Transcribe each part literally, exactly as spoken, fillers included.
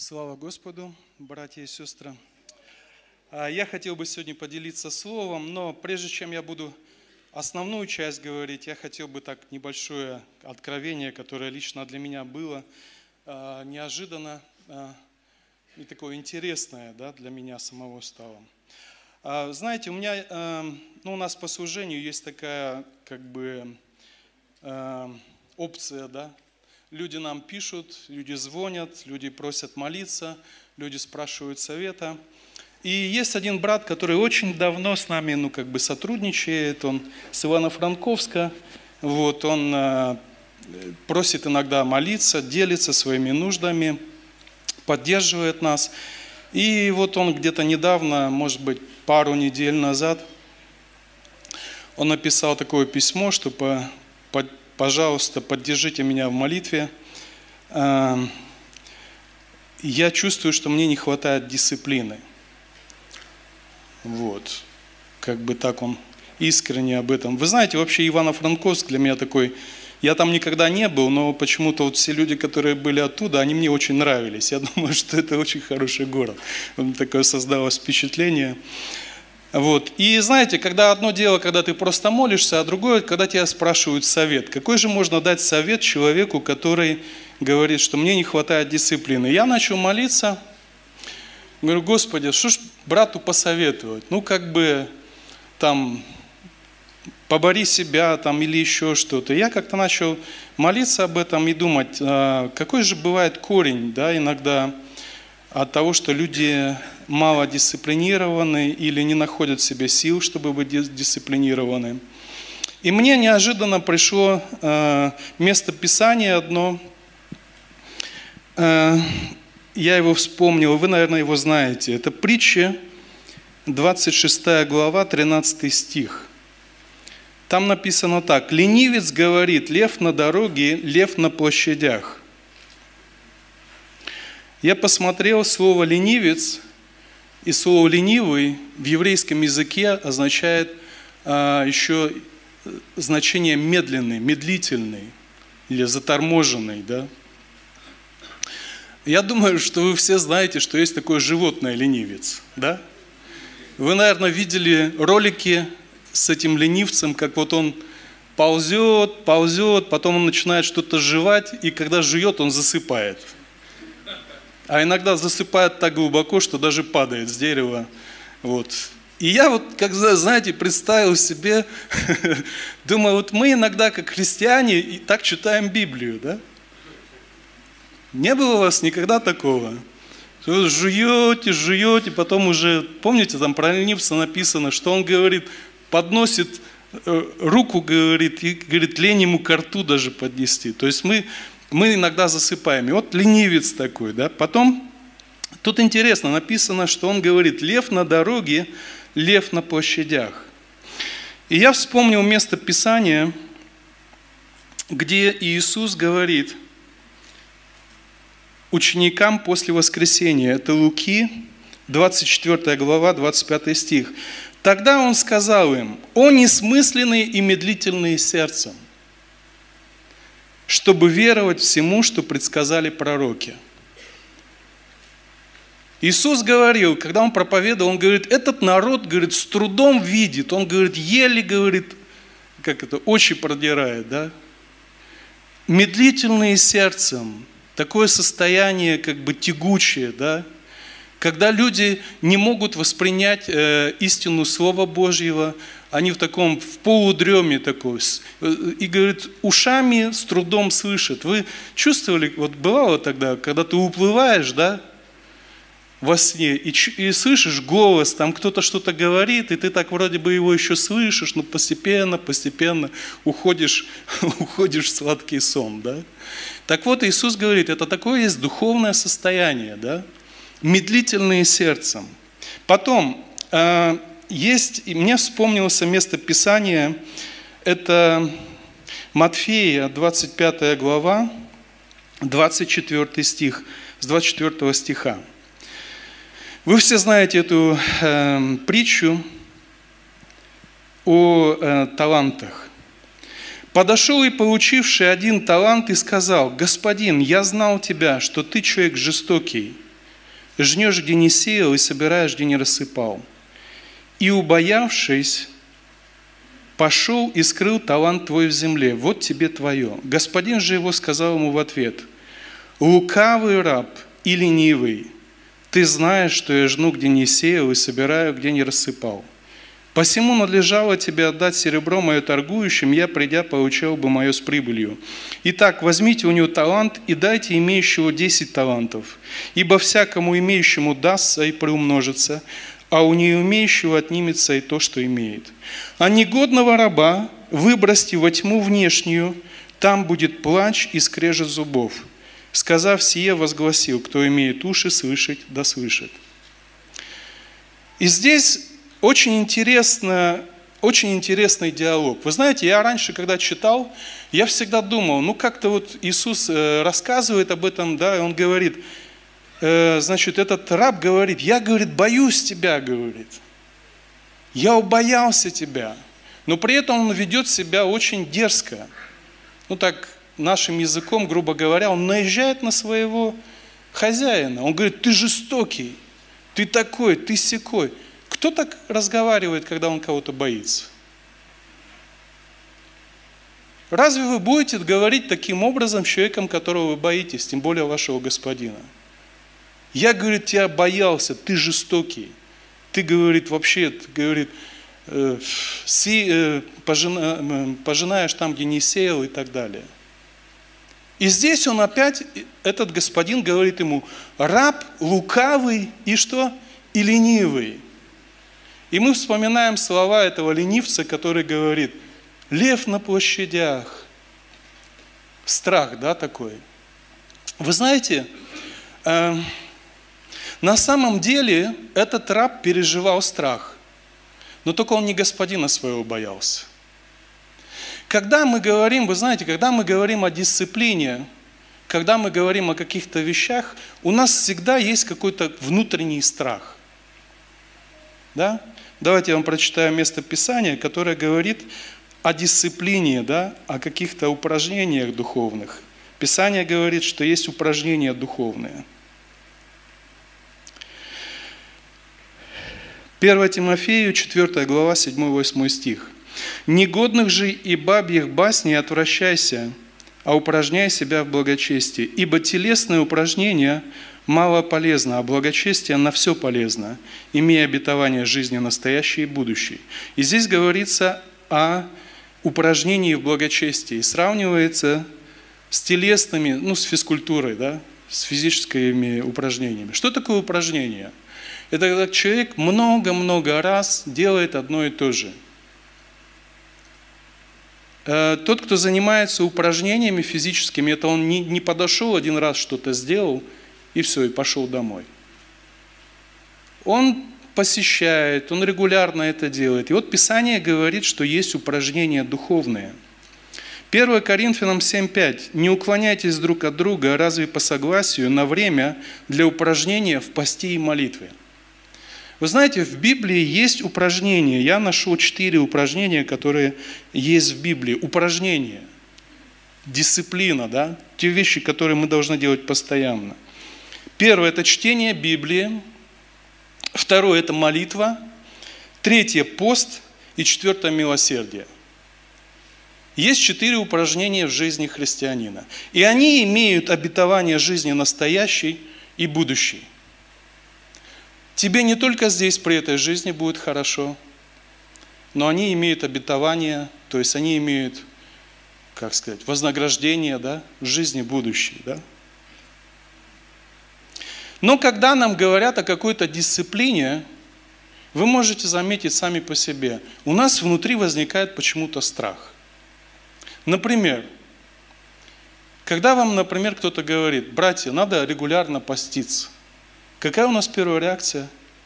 Слава Господу, братья и сестры. Я хотел бы сегодня поделиться словом, но прежде чем я буду основную часть говорить, я хотел бы так небольшое откровение, которое лично для меня было неожиданно и такое интересное, да, для меня самого стало. Знаете, у меня, ну, у нас по служению есть такая, как бы, опция, да. Люди нам пишут, люди звонят, люди просят молиться, люди спрашивают совета. И есть один брат, который очень давно с нами, ну, как бы сотрудничает, он с Ивано-Франковска, вот, он э, просит иногда молиться, делится своими нуждами, поддерживает нас. И вот он где-то недавно, может быть, пару недель назад, он написал такое письмо, что по, по, пожалуйста, поддержите меня в молитве. Я чувствую, что мне не хватает дисциплины. Вот. Как бы так он искренне об этом. Вы знаете, вообще Ивано-Франковск для меня такой... Я там никогда не был, но почему-то вот все люди, которые были оттуда, они мне очень нравились. Я думаю, что это очень хороший город. Вот такое создалось впечатление. Вот. И знаете, когда одно дело, когда ты просто молишься, а другое, когда тебя спрашивают совет. Какой же можно дать совет человеку, который говорит, что мне не хватает дисциплины? Я начал молиться, говорю: Господи, что ж брату посоветовать? Ну, как бы, там, побори себя, там, или еще что-то. Я как-то начал молиться об этом и думать, какой же бывает корень, да, иногда от того, что люди мало дисциплинированы или не находят в себе сил, чтобы быть дисциплинированы. И мне неожиданно пришло э, место Писания одно. Э, я его вспомнил, вы, наверное, его знаете. Это притча, двадцать шестая глава, тринадцатый стих. Там написано так: «Ленивец говорит: лев на дороге, лев на площадях». Я посмотрел слово «ленивец», и слово «ленивый» в еврейском языке означает а, еще значение «медленный», «медлительный» или «заторможенный». Да? Я думаю, что вы все знаете, что есть такое животное ленивец. Да? Вы, наверное, видели ролики с этим ленивцем, как вот он ползет, ползет, потом он начинает что-то жевать, и когда жует, он засыпает. А иногда засыпает так глубоко, что даже падает с дерева. Вот. И я вот, как знаете, представил себе, думаю, вот мы иногда, как христиане, и так читаем Библию, да? Не было у вас никогда такого? Вы жуете, жуете, потом уже, помните, там про ленивца написано, что он говорит, подносит руку, говорит, и говорит, лень ему ко рту даже поднести. То есть мы... Мы иногда засыпаем. И вот ленивец такой, да. Потом, тут интересно, написано, что он говорит: лев на дороге, лев на площадях. И я вспомнил место Писания, где Иисус говорит ученикам после воскресения. Это Луки, двадцать четвёртая глава, двадцать пятый стих. «Тогда он сказал им: о несмысленные и медлительные сердцем, чтобы веровать всему, что предсказали пророки». Иисус говорил, когда Он проповедовал, Он говорит, этот народ, говорит, с трудом видит, Он говорит, еле, говорит, как это, очи продирает, да? Медлительные сердцем, такое состояние, как бы тягучее, да? Когда люди не могут воспринять э, истину Слова Божьего, они в таком, в полудреме такой, и, говорит, ушами с трудом слышат. Вы чувствовали, вот бывало тогда, когда ты уплываешь, да, во сне, и, и слышишь голос, там кто-то что-то говорит, и ты так вроде бы его еще слышишь, но постепенно, постепенно уходишь, уходишь в сладкий сон, да. Так вот, Иисус говорит, это такое есть духовное состояние, да, медлительные сердцем. Потом, э, есть, и мне вспомнилось место Писания, это Матфея, двадцать пятая глава, двадцать четвёртый стих, с двадцать четвёртого стиха. Вы все знаете эту э, притчу о э, талантах. «Подошел и получивший один талант и сказал: Господин, я знал тебя, что ты человек жестокий, жнешь, где не сеял, и собираешь, где не рассыпал. И, убоявшись, пошел и скрыл талант твой в земле. Вот тебе твое. Господин же его сказал ему в ответ: лукавый раб и ленивый, ты знаешь, что я жну, где не сеял, и собираю, где не рассыпал. Посему надлежало тебе отдать серебро мое торгующим, я, придя, получал бы мое с прибылью. Итак, возьмите у него талант и дайте имеющему десять талантов, ибо всякому имеющему дастся и приумножится, а у неумеющего отнимется и то, что имеет. А негодного раба выбросьте во тьму внешнюю, там будет плач и скрежет зубов. Сказав сие, возгласил: кто имеет уши слышать, да слышит. И здесь очень интересно, очень интересный диалог. Вы знаете, я раньше, когда читал, я всегда думал, ну как-то вот Иисус рассказывает об этом, да, и Он говорит, значит, этот раб говорит: я, говорит, боюсь тебя, говорит. Я убоялся тебя. Но при этом он ведет себя очень дерзко. Ну так, нашим языком, грубо говоря, он наезжает на своего хозяина. Он говорит: ты жестокий, ты такой, ты сякой. Кто так разговаривает, когда он кого-то боится? Разве вы будете говорить таким образом с человеком, которого вы боитесь, тем более вашего господина? Я, говорит, тебя боялся, ты жестокий. Ты, говорит, вообще, ты, говорит, э, си, э, пожина, э, пожинаешь там, где не сеял и так далее. И здесь он опять, этот господин говорит ему: раб лукавый и что? И ленивый. И мы вспоминаем слова этого ленивца, который говорит: лев на площадях. Страх, да, такой. Вы знаете, э, на самом деле этот раб переживал страх, но только он не господина своего боялся. Когда мы говорим, вы знаете, когда мы говорим о дисциплине, когда мы говорим о каких-то вещах, у нас всегда есть какой-то внутренний страх. Да? Давайте я вам прочитаю место Писания, которое говорит о дисциплине, да, о каких-то упражнениях духовных. Писание говорит, что есть упражнения духовные. первое Тимофею, четвёртая глава, седьмой-восьмой стих. «Негодных же и бабьих басней отвращайся, а упражняй себя в благочестии, ибо телесные упражнения мало полезно, а благочестие на все полезно, имея обетование жизни настоящей и будущей». И здесь говорится о упражнении в благочестии, и сравнивается с телесными, ну, с физкультурой, да, с физическими упражнениями. Что такое упражнение? Это когда человек много-много раз делает одно и то же. Тот, кто занимается упражнениями физическими, это он не, не подошел один раз, что-то сделал, и все, и пошел домой. Он посещает, он регулярно это делает. И вот Писание говорит, что есть упражнения духовные. первое Коринфянам семь пять. «Не уклоняйтесь друг от друга, разве по согласию, на время для упражнения в посте и молитве». Вы знаете, в Библии есть упражнения. Я нашел четыре упражнения, которые есть в Библии. Упражнения, дисциплина, да? Те вещи, которые мы должны делать постоянно. Первое – это чтение Библии. Второе – это молитва. Третье – пост. И четвертое – милосердие. Есть четыре упражнения в жизни христианина. И они имеют обетование жизни настоящей и будущей. Тебе не только здесь, при этой жизни будет хорошо, но они имеют обетование, то есть они имеют, как сказать, вознаграждение, да, в жизни будущей. Да? Но когда нам говорят о какой-то дисциплине, вы можете заметить сами по себе, у нас внутри возникает почему-то страх. Например, когда вам, например, кто-то говорит: братья, надо регулярно поститься. Какая у нас первая реакция?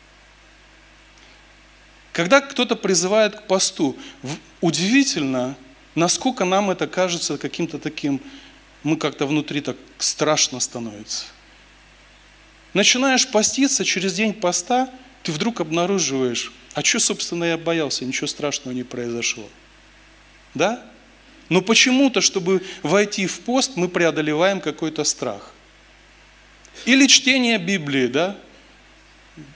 Когда кто-то призывает к посту, удивительно, насколько нам это кажется каким-то таким, мы как-то внутри так страшно становится. Начинаешь поститься, через день поста ты вдруг обнаруживаешь: а что, собственно, я боялся, ничего страшного не произошло. Да? Но почему-то, чтобы войти в пост, мы преодолеваем какой-то страх. Или чтение Библии, да?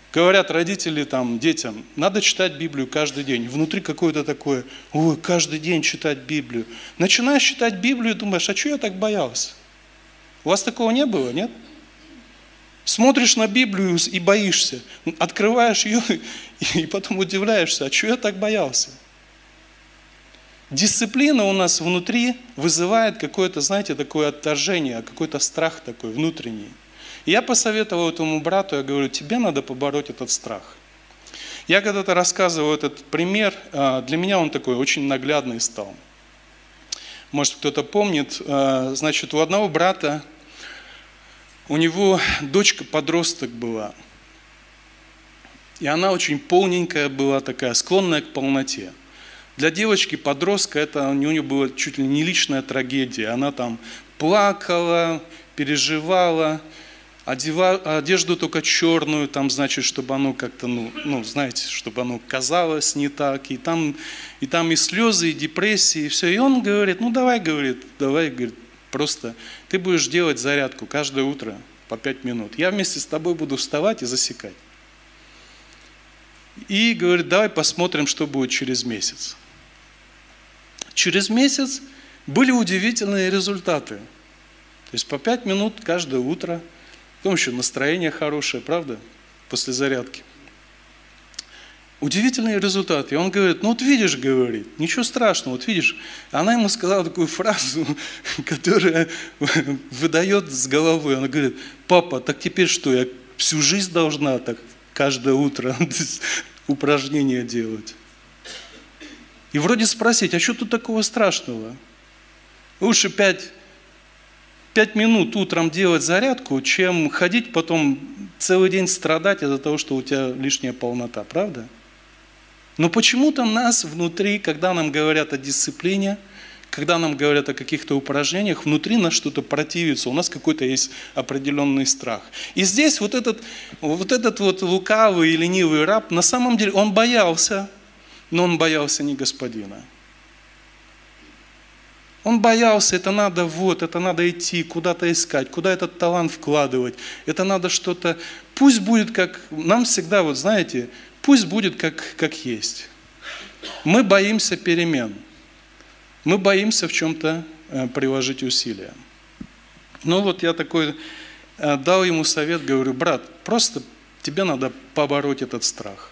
Говорят родители там, детям, надо читать Библию каждый день. Внутри какое-то такое, ой, каждый день читать Библию. Начинаешь читать Библию и думаешь, а что я так боялся? У вас такого не было, нет? Смотришь на Библию и боишься. Открываешь ее и потом удивляешься, а что я так боялся? Дисциплина у нас внутри вызывает какое-то, знаете, такое отторжение, какой-то страх такой внутренний. И я посоветовал этому брату, я говорю, тебе надо побороть этот страх. Я когда-то рассказывал этот пример, для меня он такой очень наглядный стал. Может, кто-то помнит, значит, у одного брата, у него дочка-подросток была. И она очень полненькая была такая, склонная к полноте. Для девочки-подростка это у нее была чуть ли не личная трагедия. Она там плакала, переживала, одевала одежду только черную, там, значит, чтобы оно как-то, ну, ну, знаете, чтобы оно казалось не так. И там, и там и слезы, и депрессии, и все. И он говорит, ну давай, говорит, давай, говорит, просто ты будешь делать зарядку каждое утро по пять минут. Я вместе с тобой буду вставать и засекать. И говорит, давай посмотрим, что будет через месяц. Через месяц были удивительные результаты. То есть по пять минут каждое утро. Потом еще настроение хорошее, правда? После зарядки. Удивительные результаты. И он говорит, ну вот видишь, говорит, ничего страшного, вот видишь. Она ему сказала такую фразу, которая выдает с головы. Она говорит, папа, так теперь что, я всю жизнь должна так каждое утро упражнения делать? И вроде спросить, а что тут такого страшного? Лучше пять, пять минут утром делать зарядку, чем ходить потом целый день страдать из-за того, что у тебя лишняя полнота, правда? Но почему-то нас внутри, когда нам говорят о дисциплине, когда нам говорят о каких-то упражнениях, внутри нас что-то противится, у нас какой-то есть определенный страх. И здесь вот этот вот, этот вот лукавый и ленивый раб, на самом деле он боялся, но он боялся не Господина. Он боялся, это надо вот, это надо идти, куда-то искать, куда этот талант вкладывать. Это надо что-то, пусть будет как, нам всегда, вот знаете, пусть будет как, как есть. Мы боимся перемен. Мы боимся в чем-то приложить усилия. Ну вот я такой дал ему совет, говорю, брат, просто тебе надо побороть этот страх.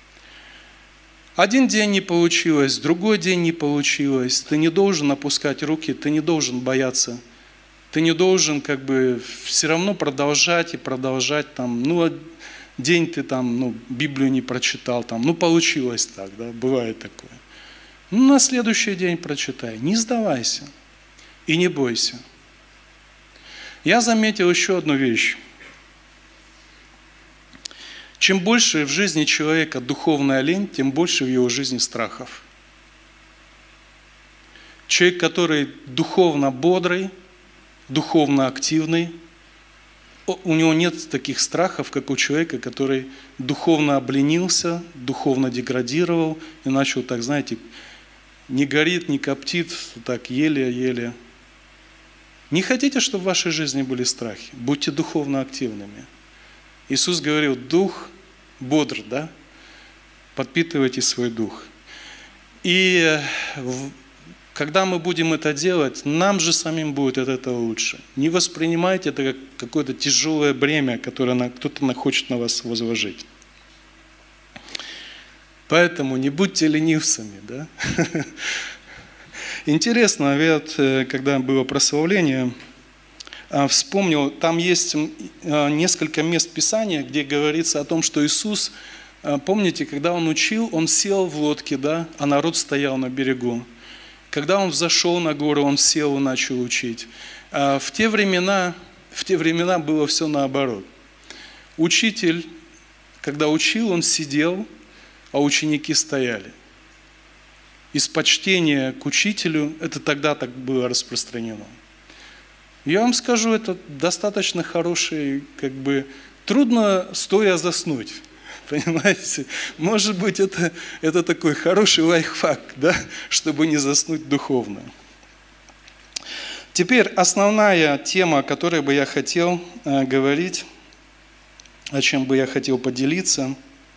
Один день не получилось, другой день не получилось. Ты не должен опускать руки, ты не должен бояться. Ты не должен как бы все равно продолжать и продолжать там. Ну, день ты там, ну, Библию не прочитал, там, ну, получилось так, да, бывает такое. Ну, на следующий день прочитай, не сдавайся и не бойся. Я заметил еще одну вещь. Чем больше в жизни человека духовная лень, тем больше в его жизни страхов. Человек, который духовно бодрый, духовно активный, у него нет таких страхов, как у человека, который духовно обленился, духовно деградировал и начал так, знаете, не горит, не коптит, так еле-еле. Не хотите, чтобы в вашей жизни были страхи? Будьте духовно активными. Иисус говорил, дух бодр, да? Подпитывайте свой дух. И когда мы будем это делать, нам же самим будет от этого лучше. Не воспринимайте это как какое-то тяжелое бремя, которое кто-то хочет на вас возложить. Поэтому не будьте ленивцами, да? Интересно, я, когда было прославление, вспомнил, там есть несколько мест Писания, где говорится о том, что Иисус, помните, когда Он учил, Он сел в лодке, да, а народ стоял на берегу. Когда Он взошел на гору, Он сел и начал учить. В те времена, в те времена было все наоборот. Учитель, когда учил, он сидел, а ученики стояли. Из почтения к учителю, это тогда так было распространено. Я вам скажу, это достаточно хороший, как бы, трудно стоя заснуть. Понимаете? Может быть, это, это такой хороший лайфхак, да, чтобы не заснуть духовно. Теперь основная тема, о которой бы я хотел э, говорить, о чем бы я хотел поделиться.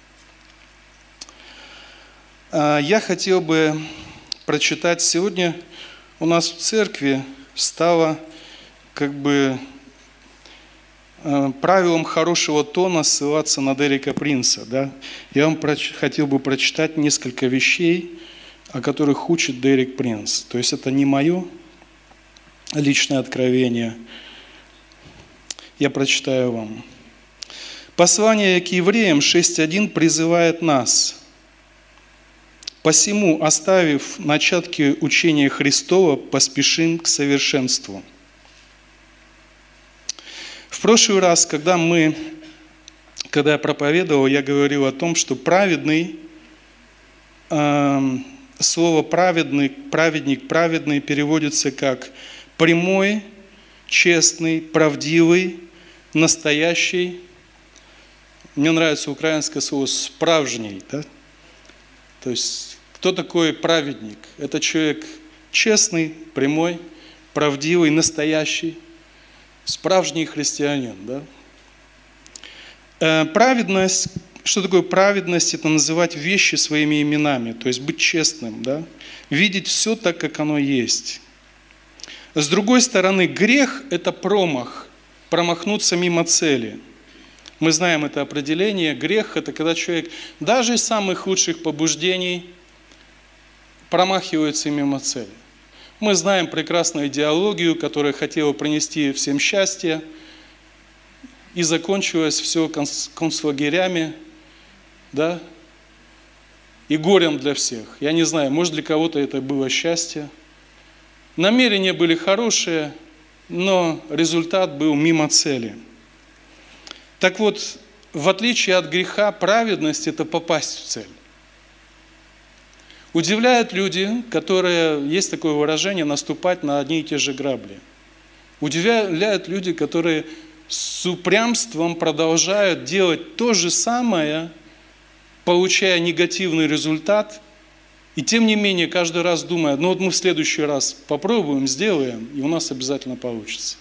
Я хотел бы прочитать сегодня. У нас в церкви стало как бы правилом хорошего тона ссылаться на Дерека Принса. Да? Я вам хотел бы прочитать несколько вещей, о которых учит Дерек Принс. То есть это не мое личное откровение. Я прочитаю вам. Послание к евреям шесть один призывает нас: «Посему, оставив начатки учения Христова, поспешим к совершенству». В прошлый раз, когда мы, когда я проповедовал, я говорил о том, что праведный, э, слово праведный, праведник, праведный переводится как прямой, честный, правдивый, настоящий. Мне нравится украинское слово «справжний». Да? То есть, кто такой праведник? Это человек честный, прямой, правдивый, настоящий, справжний христианин. Да? Э, праведность, что такое праведность? Это называть вещи своими именами, то есть быть честным, да? Видеть все так, как оно есть. С другой стороны, грех – это промах, промахнуться мимо цели. Мы знаем это определение. Грех – это когда человек даже из самых лучших побуждений промахивается мимо цели. Мы знаем прекрасную идеологию, которая хотела принести всем счастье, и закончилось все концлагерями, да, и горем для всех. Я не знаю, может, для кого-то это было счастье. Намерения были хорошие, но результат был мимо цели. Так вот, в отличие от греха, праведность – это попасть в цель. Удивляют люди, которые, есть такое выражение, наступать на одни и те же грабли. Удивляют люди, которые с упрямством продолжают делать то же самое, получая негативный результат, и тем не менее каждый раз думая, ну вот мы в следующий раз попробуем, сделаем, и у нас обязательно получится.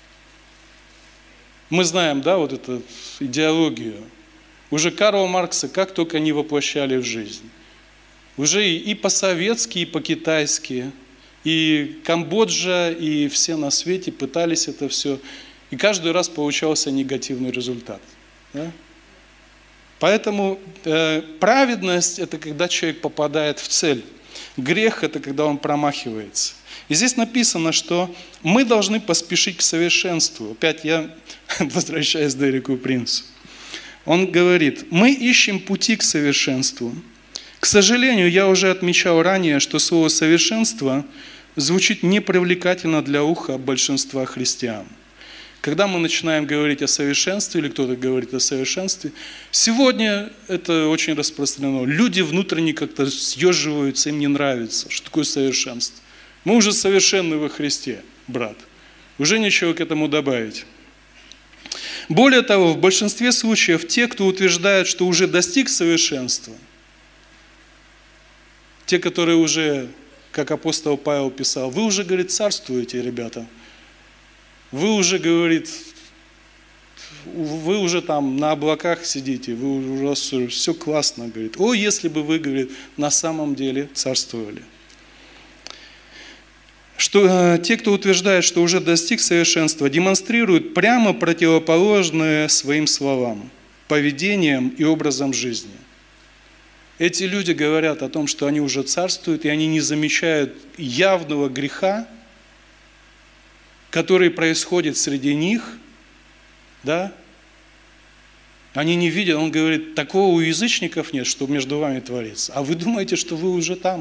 Мы знаем, да, вот эту идеологию. Уже Карла Маркса как только не воплощали в жизнь. Уже и по-советски, и по-китайски, и Камбоджа, и все на свете пытались это все. И каждый раз получался негативный результат. Да? Поэтому э, праведность – это когда человек попадает в цель. Грех – это когда он промахивается. И здесь написано, что мы должны поспешить к совершенству. Опять я возвращаюсь к Дереку Принсу. Он говорит: мы ищем пути к совершенству. К сожалению, я уже отмечал ранее, что слово «совершенство» звучит непривлекательно для уха большинства христиан. Когда мы начинаем говорить о совершенстве, или кто-то говорит о совершенстве, сегодня это очень распространено. Люди внутренне как-то съеживаются, им не нравится, что такое совершенство. Мы уже совершенны во Христе, брат. Уже ничего к этому добавить. Более того, в большинстве случаев те, кто утверждает, что уже достиг совершенства, те, которые уже, как апостол Павел писал, вы уже, говорит, царствуете, ребята. Вы уже, говорит, вы уже там на облаках сидите, вы уже все классно, говорит. О, если бы вы, говорит, на самом деле царствовали. Что те, кто утверждает, что уже достиг совершенства, демонстрируют прямо противоположное своим словам, поведением и образом жизни. Эти люди говорят о том, что они уже царствуют, и они не замечают явного греха, который происходит среди них, да? Они не видят, он говорит, такого у язычников нет, что между вами творится. А вы думаете, что вы уже там?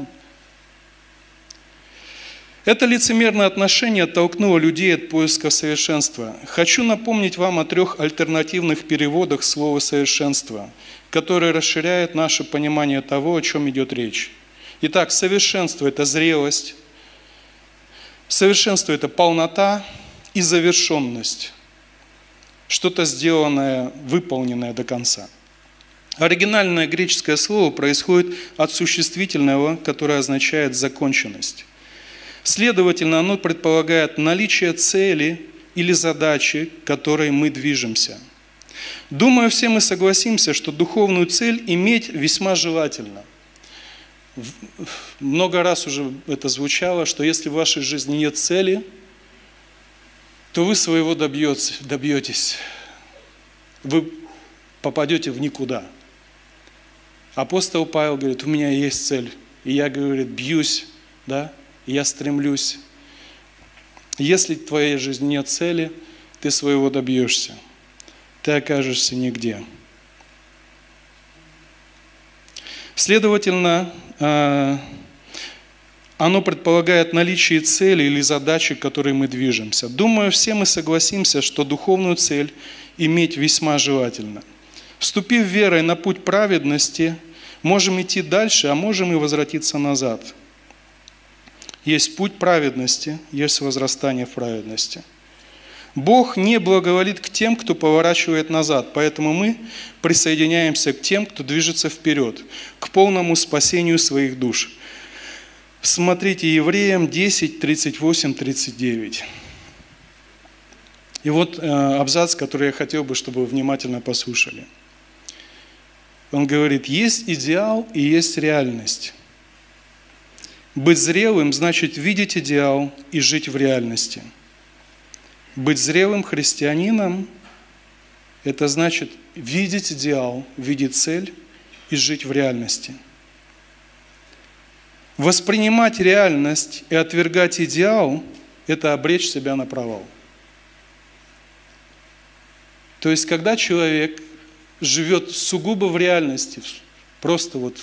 Это лицемерное отношение оттолкнуло людей от поиска совершенства. Хочу напомнить вам о трех альтернативных переводах слова «совершенство», которые расширяют наше понимание того, о чем идет речь. Итак, совершенство – это зрелость, совершенство – это полнота и завершенность. Что-то сделанное, выполненное до конца. Оригинальное греческое слово происходит от существительного, которое означает законченность. Следовательно, оно предполагает наличие цели или задачи, к которой мы движемся. Думаю, все мы согласимся, что духовную цель иметь весьма желательно. Много раз уже это звучало, что если в вашей жизни нет цели, то вы своего добьетесь, добьетесь. Вы попадете в никуда. Апостол Павел говорит, у меня есть цель. И я, говорит, бьюсь, да, и я стремлюсь. Если в твоей жизни нет цели, ты своего добьешься. Ты окажешься нигде. Следовательно, оно предполагает наличие цели или задачи, к которой мы движемся. Думаю, все мы согласимся, что духовную цель иметь весьма желательно. Вступив верой на путь праведности, можем идти дальше, а можем и возвратиться назад. Есть путь праведности, есть возрастание в праведности. Бог не благоволит к тем, кто поворачивает назад, поэтому мы присоединяемся к тем, кто движется вперед, к полному спасению своих душ. Смотрите, Евреям десять, тридцать восемь, тридцать девять. И вот э, абзац, который я хотел бы, чтобы вы внимательно послушали. Он говорит, есть идеал и есть реальность. Быть зрелым значит видеть идеал и жить в реальности. Быть зрелым христианином – это значит видеть идеал, видеть цель и жить в реальности. Воспринимать реальность и отвергать идеал – это обречь себя на провал. То есть, когда человек живет сугубо в реальности, просто вот…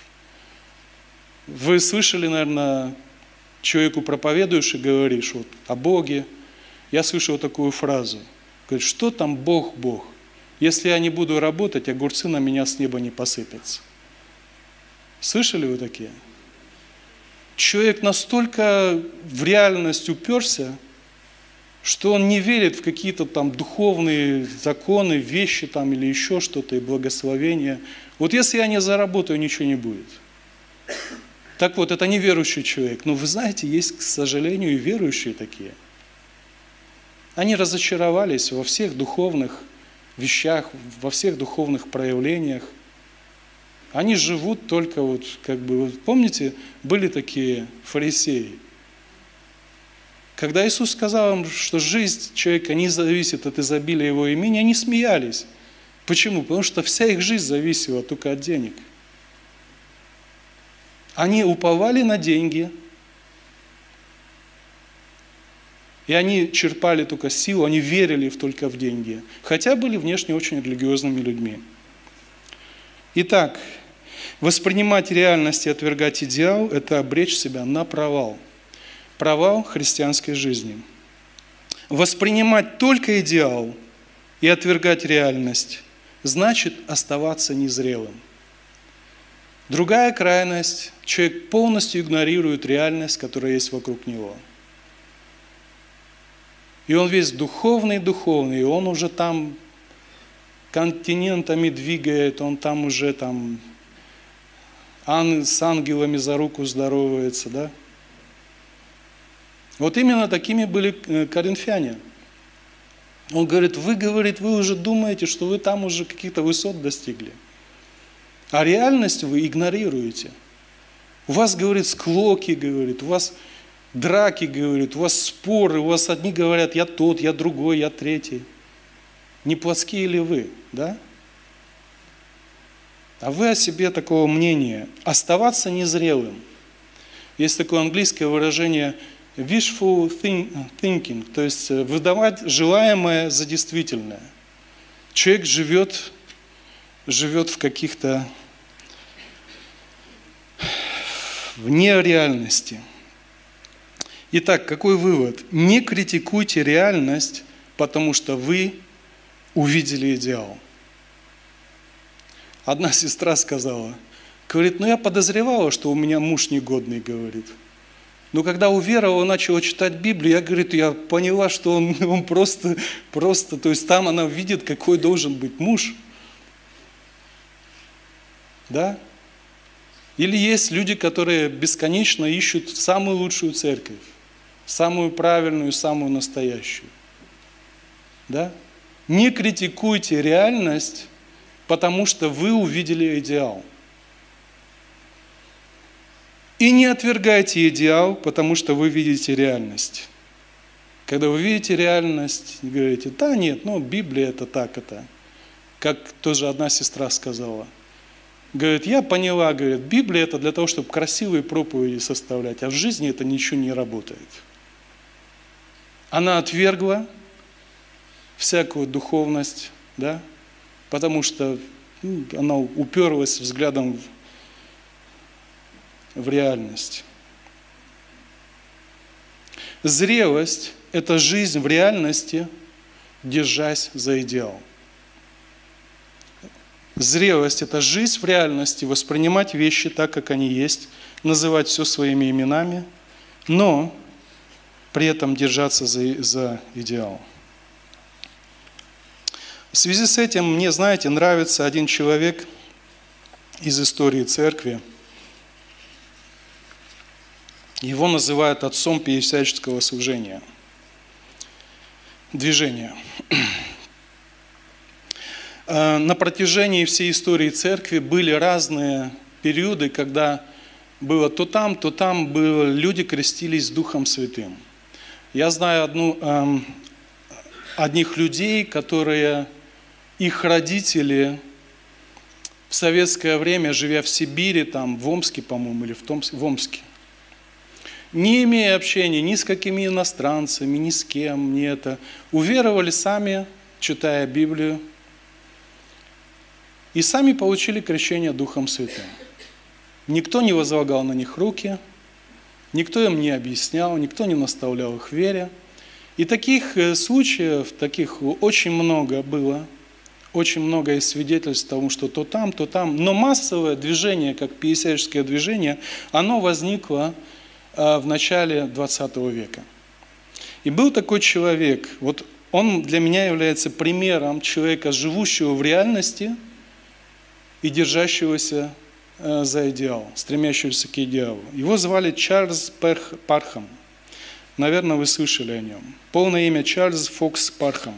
Вы слышали, наверное, человеку проповедуешь и говоришь вот, о Боге. Я слышал такую фразу. Говорит, что там Бог, Бог? Если я не буду работать, огурцы на меня с неба не посыпятся. Слышали вы такие? Человек настолько в реальность уперся, что он не верит в какие-то там духовные законы, вещи там или еще что-то, и благословения. Вот если я не заработаю, ничего не будет. Так вот, это неверующий человек. Но вы знаете, есть, к сожалению, и верующие такие. Они разочаровались во всех духовных вещах, во всех духовных проявлениях. Они живут только вот, как бы, вот помните, были такие фарисеи. Когда Иисус сказал им, что жизнь человека не зависит от изобилия его имени, они смеялись. Почему? Потому что вся их жизнь зависела только от денег. Они уповали на деньги, и они черпали только силу, они верили только в деньги, хотя были внешне очень религиозными людьми. Итак, воспринимать реальность и отвергать идеал – это обречь себя на провал. Провал христианской жизни. Воспринимать только идеал и отвергать реальность – значит оставаться незрелым. Другая крайность – человек полностью игнорирует реальность, которая есть вокруг него. И он весь духовный-духовный, и он уже там континентами двигает, он там уже там ан- с ангелами за руку здоровается, да? Вот именно такими были коринфяне. Он говорит, вы, говорит, вы уже думаете, что вы там уже каких-то высот достигли. А реальность вы игнорируете. У вас, говорит, склоки, говорит, у вас драки, говорит, у вас споры, у вас одни говорят, я тот, я другой, я третий. Не плотские ли вы, да? А вы о себе такого мнения. Оставаться незрелым. Есть такое английское выражение wishful thinking, то есть выдавать желаемое за действительное. Человек живет, живет в каких-то вне реальности. Итак, какой вывод? Не критикуйте реальность, потому что вы увидели идеал. Одна сестра сказала, говорит, ну я подозревала, что у меня муж негодный, говорит. Но когда уверовала, начала читать Библию, я, говорит, я поняла, что он, он просто, просто, то есть там она видит, какой должен быть муж. Да? Или есть люди, которые бесконечно ищут самую лучшую церковь, самую правильную, самую настоящую. Да? Не критикуйте реальность, потому что вы увидели идеал. И не отвергайте идеал, потому что вы видите реальность. Когда вы видите реальность, говорите, да нет, ну Библия это так, это. Как тоже одна сестра сказала. Говорит, я поняла, говорит, Библия это для того, чтобы красивые проповеди составлять, а в жизни это ничего не работает. Она отвергла всякую духовность, да, потому что ну, она уперлась взглядом в, в реальность. Зрелость – это жизнь в реальности, держась за идеал. Зрелость – это жизнь в реальности, воспринимать вещи так, как они есть, называть все своими именами, но при этом держаться за, за идеал. В связи с этим мне, знаете, нравится один человек из истории церкви. Его называют отцом пятидесятнического служения, движения. На протяжении всей истории церкви были разные периоды, когда было то там, то там было, люди крестились Духом Святым. Я знаю одну, э, одних людей, которые, их родители в советское время, живя в Сибири, там, в Омске, по-моему, или в, Томске, в Омске, не имея общения ни с какими иностранцами, ни с кем, ни это, уверовали сами, читая Библию, и сами получили крещение Духом Святым. Никто не возлагал на них руки, никто им не объяснял, никто не наставлял их в вере. И таких случаев, таких очень много было, очень много есть свидетельств того, что то там, то там. Но массовое движение, как пятидесятническое движение, оно возникло в начале двадцатого века. И был такой человек, вот он для меня является примером человека, живущего в реальности и держащегося за идеал, стремящегося к идеалу. Его звали Чарльз Пархам. Наверное, вы слышали о нем. Полное имя Чарльз Фокс Пархам.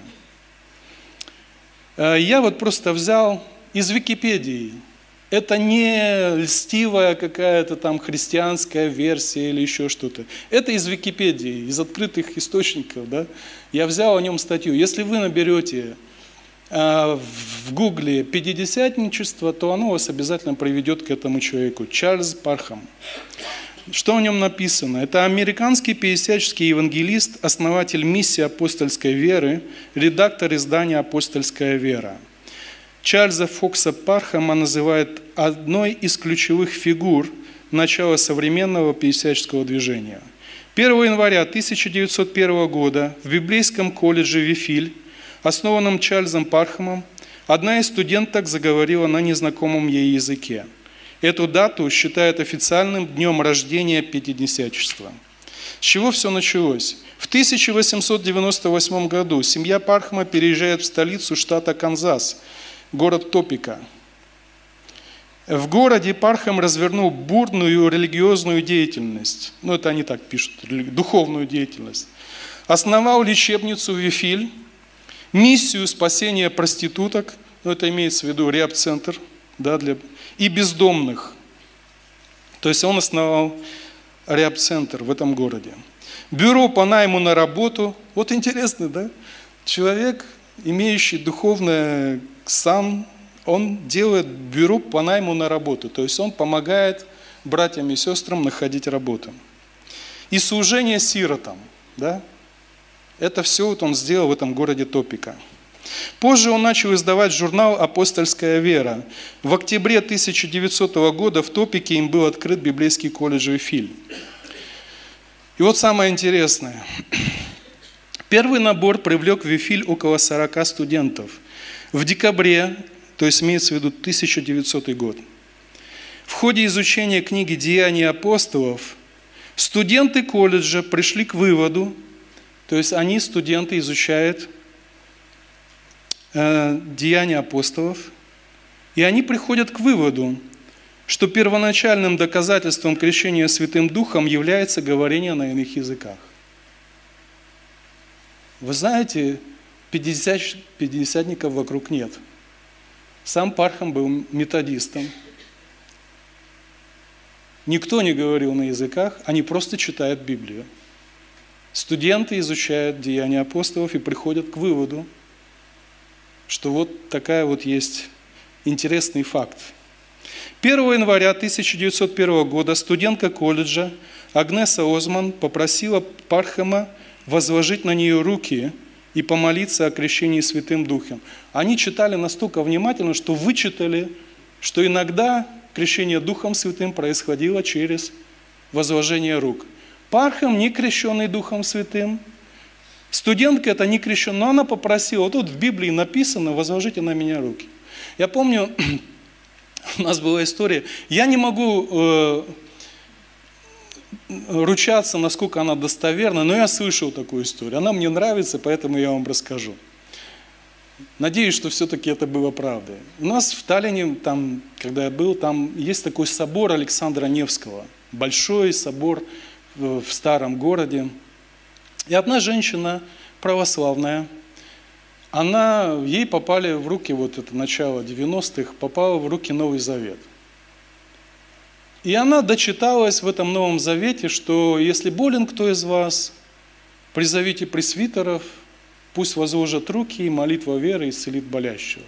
Я вот просто взял из Википедии. Это не льстивая какая-то там христианская версия или еще что-то. Это из Википедии, из открытых источников. Да? Я взял о нем статью. Если вы наберете в гугле пятидесятничество, то оно вас обязательно приведет к этому человеку. Чарльз Пархам. Что о нем написано? Это американский пятидесятнический евангелист, основатель миссии апостольской веры, редактор издания «Апостольская вера». Чарльза Фокса Пархама называют одной из ключевых фигур начала современного пятидесятнического движения. первого января тысяча девятьсот первого года в библейском колледже Вифиль, основанном Чарльзом Пархамом, одна из студенток заговорила на незнакомом ей языке. Эту дату считают официальным днем рождения пятидесятничества. С чего все началось? В тысяча восемьсот девяносто восьмом году семья Пархама переезжает в столицу штата Канзас, город Топека. В городе Пархам развернул бурную религиозную деятельность. Ну, это они так пишут, духовную деятельность. Основал лечебницу Вифиль, миссию спасения проституток, ну, это имеется в виду реаб-центр, да, для, и бездомных. То есть он основал реаб-центр в этом городе. Бюро по найму на работу. Вот интересно, да? Человек, имеющий духовное сан, он делает бюро по найму на работу. То есть он помогает братьям и сестрам находить работу. И служение сиротам, да? Это все вот он сделал в этом городе Топека. Позже он начал издавать журнал «Апостольская вера». В октябре тысяча девятисотого года в Топеке им был открыт библейский колледж Вифиль. И вот самое интересное. Первый набор привлек в Вифиль около сорока студентов. В декабре, то есть имеется в виду тысяча девятисотый год, в ходе изучения книги «Деяния апостолов» студенты колледжа пришли к выводу, то есть они, студенты, изучают э, Деяния апостолов, и они приходят к выводу, что первоначальным доказательством крещения Святым Духом является говорение на иных языках. Вы знаете, пятидесят, пятидесятников вокруг нет. Сам Пархам был методистом. Никто не говорил на языках, они просто читают Библию. Студенты изучают Деяния апостолов и приходят к выводу, что вот такая вот есть интересный факт. первого января тысяча девятьсот первого года студентка колледжа Агнеса Озман попросила Пархама возложить на нее руки и помолиться о крещении Святым Духом. Они читали настолько внимательно, что вычитали, что иногда крещение Духом Святым происходило через возложение рук. Пархам не крещенный Духом Святым, студентка это не крещенная, но она попросила, вот тут в Библии написано, возложите на меня руки. Я помню, у нас была история, я не могу э, ручаться, насколько она достоверна, но я слышал такую историю. Она мне нравится, поэтому я вам расскажу. Надеюсь, что все-таки это было правдой. У нас в Таллине, там, когда я был, там есть такой собор Александра Невского. Большой собор в старом городе. И одна женщина православная, она, ей попали в руки, вот это начало девяностых, попало в руки Новый Завет. И она дочиталась в этом Новом Завете, что если болен кто из вас, призовите пресвитеров, пусть возложат руки, и молитва веры исцелит болящего.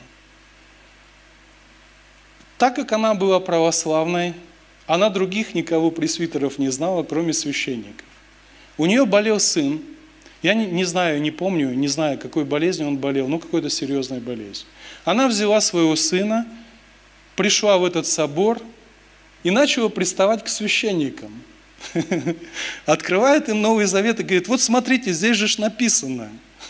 Так как она была православной, она других никого пресвитеров не знала, кроме священников. У нее болел сын. Я не, не знаю, не помню, не знаю, какой болезнью он болел, но какой-то серьезной болезнью. Она взяла своего сына, пришла в этот собор и начала приставать к священникам. Открывает им Новый Завет и говорит, вот смотрите, здесь же ж написано.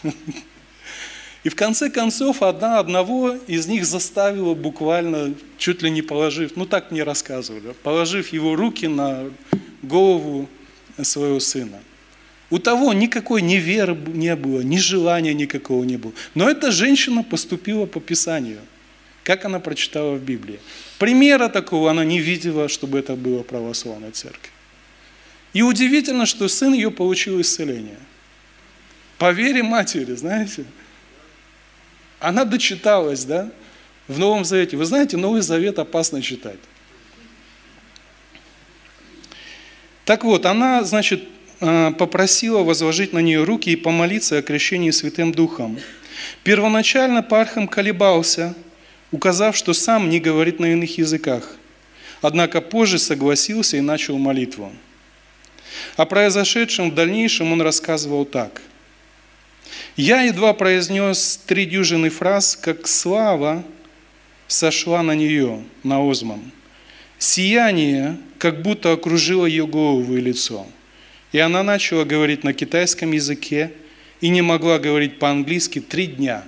И в конце концов одна одного из них заставила буквально, чуть ли не положив, ну так мне рассказывали, положив его руки на голову своего сына. У того никакой ни веры не было, ни желания никакого не было. Но эта женщина поступила по Писанию, как она прочитала в Библии. Примера такого она не видела, чтобы это было православной церкви. И удивительно, что сын ее получил исцеление. По вере матери, знаете. Она дочиталась, да, в Новом Завете. Вы знаете, Новый Завет опасно читать. Так вот, она, значит, попросила возложить на нее руки и помолиться о крещении Святым Духом. Первоначально Пархам колебался, указав, что сам не говорит на иных языках. Однако позже согласился и начал молитву. О произошедшем в дальнейшем он рассказывал так. «Я едва произнес три дюжины фраз, как слава сошла на нее, на Озман. Сияние как будто окружило ее голову и лицо. И она начала говорить на китайском языке и не могла говорить по-английски три дня».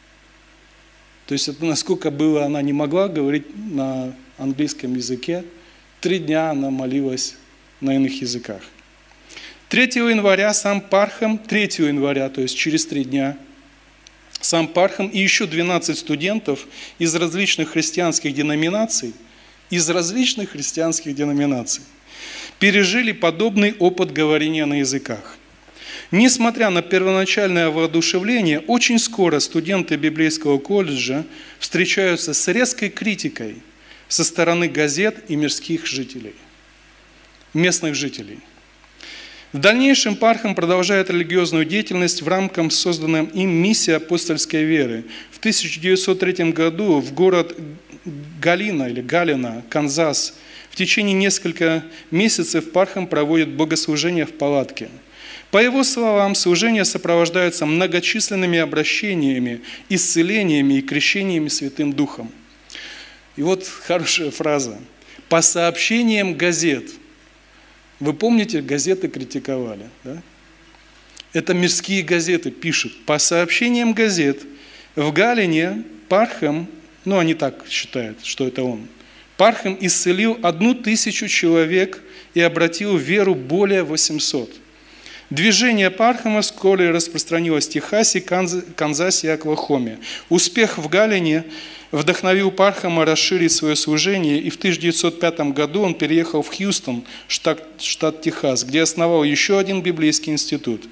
То есть это насколько было, она не могла говорить на английском языке. Три дня она молилась на иных языках. третьего января сам Пархам, третьего января, то есть через три дня, сам Пархам и еще двенадцать студентов из различных христианских деноминаций, из различных христианских деноминаций, пережили подобный опыт говорения на языках. Несмотря на первоначальное воодушевление, очень скоро студенты библейского колледжа встречаются с резкой критикой со стороны газет и мирских жителей, местных жителей. В дальнейшем Пархам продолжает религиозную деятельность в рамках созданной им миссии апостольской веры. В тысяча девятьсот третьем году в город Галина или Галина, Канзас, в течение нескольких месяцев Пархам проводит богослужение в палатке. По его словам, служения сопровождаются многочисленными обращениями, исцелениями и крещениями Святым Духом. И вот хорошая фраза. По сообщениям газет. Вы помните, газеты критиковали, да? Это мирские газеты пишут. По сообщениям газет, в Галине Пархам, ну они так считают, что это он, Пархам исцелил одну тысячу человек и обратил в веру более восьмисот. Движение Пархама вскоре распространилось в Техасе, Канзасе и Оклахоме. Успех в Галине вдохновил Пархама расширить свое служение, и в тысяча девятьсот пятом году он переехал в Хьюстон, штат, штат Техас, где основал еще один библейский институт.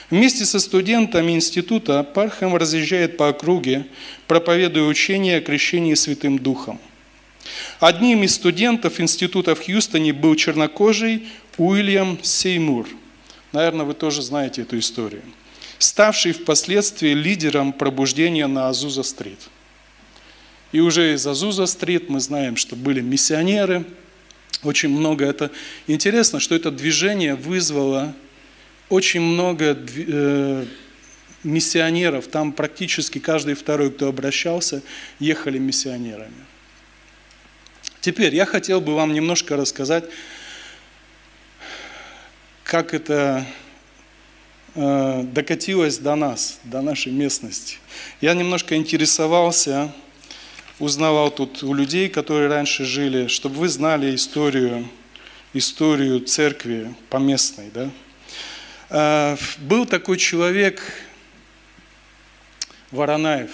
Вместе со студентами института Пархэм разъезжает по округе, проповедуя учение о крещении Святым Духом. Одним из студентов института в Хьюстоне был чернокожий Уильям Сеймур. Наверное, вы тоже знаете эту историю. Ставший впоследствии лидером пробуждения на Азуза-стрит. И уже из Азуза-стрит мы знаем, что были миссионеры. Очень много. Это интересно, что это движение вызвало очень много э, миссионеров. Там практически каждый второй, кто обращался, ехали миссионерами. Теперь я хотел бы вам немножко рассказать, как это э, докатилось до нас, до нашей местности. Я немножко интересовался, узнавал тут у людей, которые раньше жили, чтобы вы знали историю, историю церкви поместной. Да? Э, был такой человек Воронаев,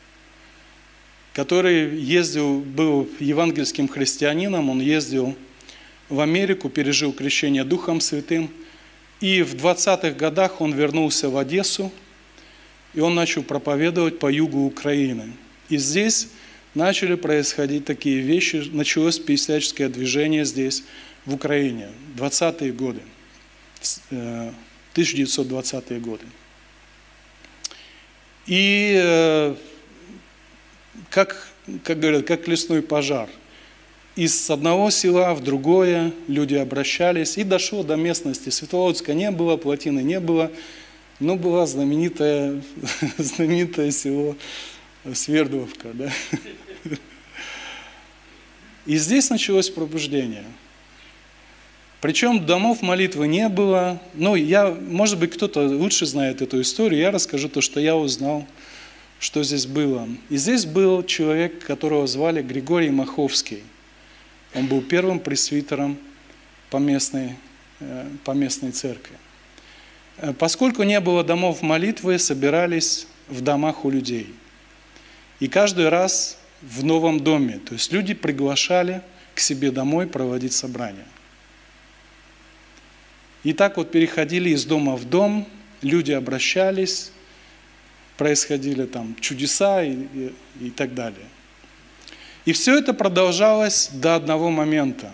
который ездил, был евангельским христианином, он ездил в Америку, пережил крещение Духом Святым, и в двадцатых годах он вернулся в Одессу, и он начал проповедовать по югу Украины. И здесь начали происходить такие вещи, началось пятидесятническое движение здесь, в Украине, двадцатые годы, тысяча девятьсот двадцатые годы. И Как, как говорят, как лесной пожар. Из одного села в другое люди обращались, и дошло до местности. Светловодска не было, Плотины не было, но было знаменитое, знаменитое село Свердловка. Да? И здесь началось пробуждение. Причем домов молитвы не было. Ну, я, может быть, кто-то лучше знает эту историю, я расскажу то, что я узнал, что здесь было. И здесь был человек, которого звали Григорий Маховский. Он был первым пресвитером по местной, по местной церкви. Поскольку не было домов молитвы, собирались в домах у людей. И каждый раз в новом доме. То есть люди приглашали к себе домой проводить собрания. И так вот переходили из дома в дом, люди обращались, происходили там чудеса и, и, и так далее. И все это продолжалось до одного момента.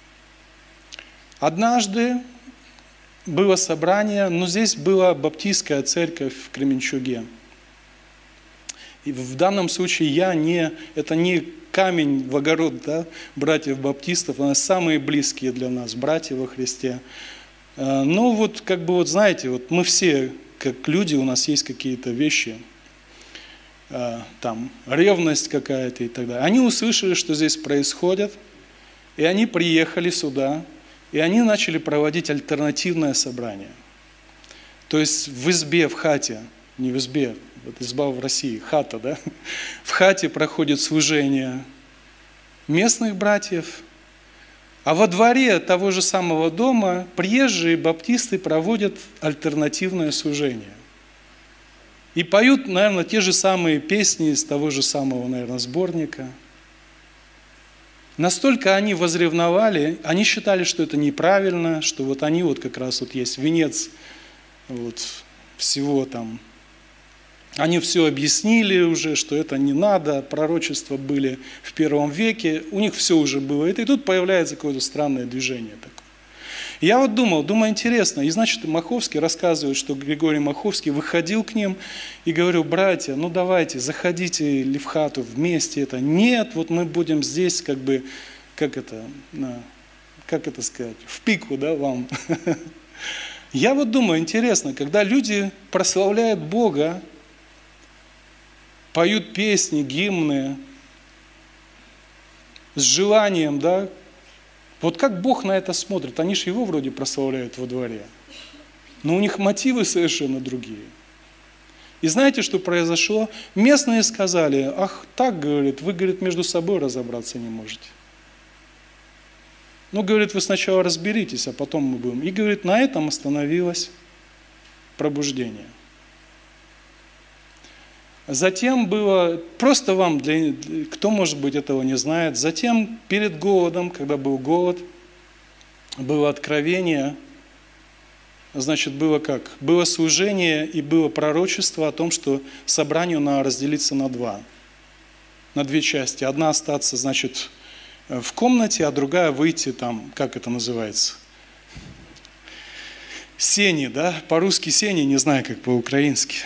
Однажды было собрание, но здесь была баптистская церковь в Кременчуге. И в данном случае я не, это не камень в огород, да, братьев баптистов, они самые близкие для нас, братья во Христе. Но вот как бы вот знаете, вот мы все как люди, у нас есть какие-то вещи, там ревность какая-то и так далее. Они услышали, что здесь происходит, и они приехали сюда, и они начали проводить альтернативное собрание. То есть в избе, в хате, не в избе, вот изба в России, хата, да? В хате проходит служение местных братьев, а во дворе того же самого дома приезжие баптисты проводят альтернативное служение. И поют, наверное, те же самые песни из того же самого, наверное, сборника. Настолько они возревновали, они считали, что это неправильно, что вот они вот как раз вот есть венец вот всего там. Они все объяснили уже, что это не надо, пророчества были в первом веке, у них все уже было. И тут появляется какое-то странное движение такое. Я вот думал, думаю, интересно, и значит Маховский рассказывает, что Григорий Маховский выходил к ним и говорил: братья, ну давайте, заходите ли в хату вместе это. Нет, вот мы будем здесь как бы, как это, как это сказать, в пику, да, вам. Я вот думаю, интересно, когда люди прославляют Бога, поют песни, гимны с желанием, да, вот как Бог на это смотрит? Они же Его вроде прославляют во дворе, но у них мотивы совершенно другие. И знаете, что произошло? Местные сказали: ах, так, говорит, вы, говорит, между собой разобраться не можете. Ну, говорит, вы сначала разберитесь, а потом мы будем. И, говорит, на этом остановилось пробуждение. Затем было, просто вам, для, кто, может быть, этого не знает, затем перед голодом, когда был голод, было откровение значит, было как? Было служение и было пророчество о том, что собранию надо разделиться на два, на две части. Одна остаться, значит, в комнате, а другая выйти там, как это называется? Сени, да? По-русски сени, не знаю, как по-украински.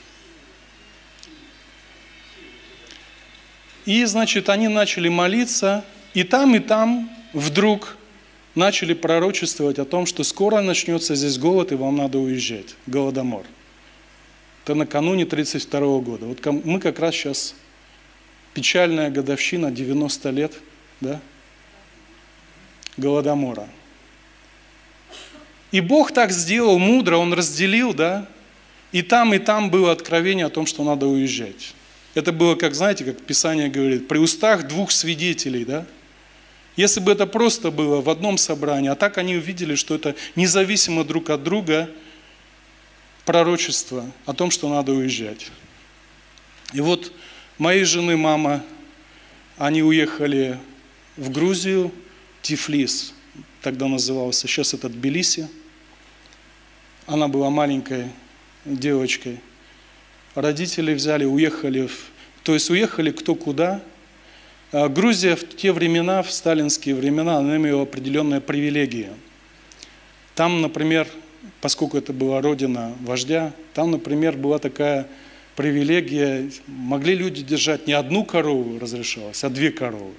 И, значит, они начали молиться, и там, и там вдруг начали пророчествовать о том, что скоро начнется здесь голод, и вам надо уезжать. Голодомор. Это накануне тридцать второго года. Вот мы как раз сейчас, печальная годовщина, девяносто лет, да, Голодомора. И Бог так сделал мудро, Он разделил, да, и там, и там было откровение о том, что надо уезжать. Это было, как, знаете, как Писание говорит, при устах двух свидетелей, да. Если бы это просто было в одном собрании, а так они увидели, что это независимо друг от друга пророчество о том, что надо уезжать. И вот моей жены мама, они уехали в Грузию, Тифлис, тогда назывался, сейчас это Тбилиси. Она была маленькой девочкой. Родители взяли, уехали, в, то есть уехали кто куда. Грузия в те времена, в сталинские времена, она имела определенные привилегии. Там, например, поскольку это была родина вождя, там, например, была такая привилегия, могли люди держать не одну корову разрешалось, а две коровы.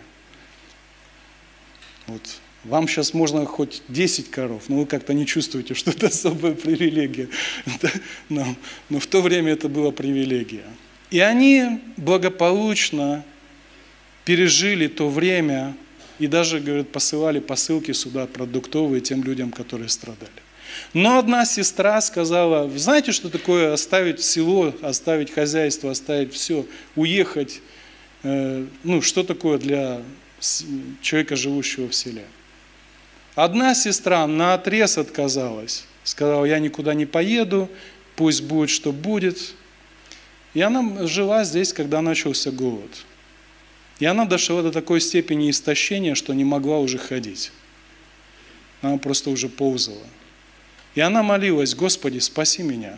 Вот. Вам сейчас можно хоть десять коров, но вы как-то не чувствуете, что это особая привилегия. Но, но в то время это была привилегия. И они благополучно пережили то время и даже, говорят, посылали посылки сюда продуктовые тем людям, которые страдали. Но одна сестра сказала, вы знаете, что такое оставить село, оставить хозяйство, оставить все, уехать? Э, ну, что такое для человека, живущего в селе? Одна сестра наотрез отказалась, сказала, я никуда не поеду, пусть будет, что будет. И она жила здесь, когда начался голод. И она дошла до такой степени истощения, что не могла уже ходить. Она просто уже ползала. И она молилась, Господи, спаси меня.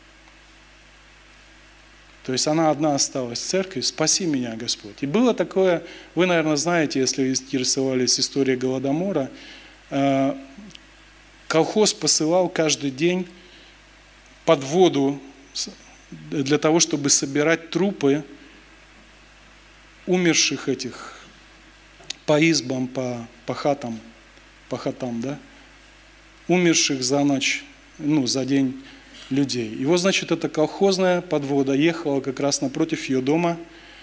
То есть она одна осталась в церкви, спаси меня, Господь. И было такое, вы, наверное, знаете, если интересовались историей Голодомора, колхоз посылал каждый день под воду для того, чтобы собирать трупы умерших этих по избам, по, по хатам, по хатам, да, умерших за ночь, ну, за день людей. И вот, значит, эта колхозная подвода ехала как раз напротив ее дома,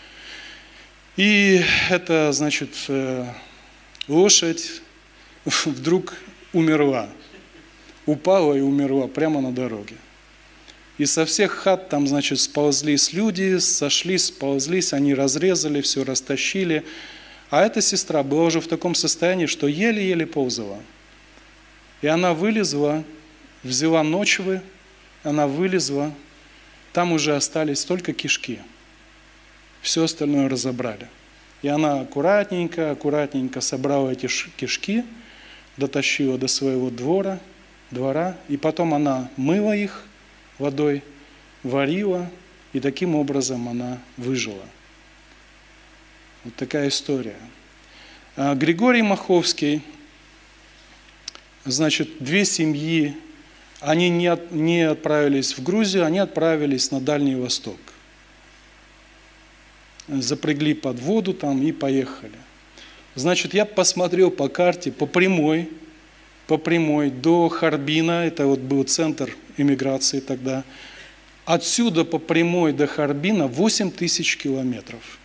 и эта, значит, лошадь вдруг умерла, упала и умерла прямо на дороге. И со всех хат там, значит, сползлись люди, сошлись, сползлись, они разрезали, все растащили. А эта сестра была уже в таком состоянии, что еле-еле ползала. И она вылезла, взяла ночвы, она вылезла, там уже остались только кишки. Все остальное разобрали. И она аккуратненько, аккуратненько собрала эти кишки, дотащила до своего двора, двора, и потом она мыла их водой, варила, и таким образом она выжила. Вот такая история. А Григорий Маховский, значит, две семьи, они не, от, не отправились в Грузию, они отправились на Дальний Восток. Запрягли под воду там и поехали. Значит, я посмотрел по карте, по прямой, по прямой до Харбина, это вот был центр эмиграции тогда. Отсюда по прямой до Харбина восемь тысяч километров.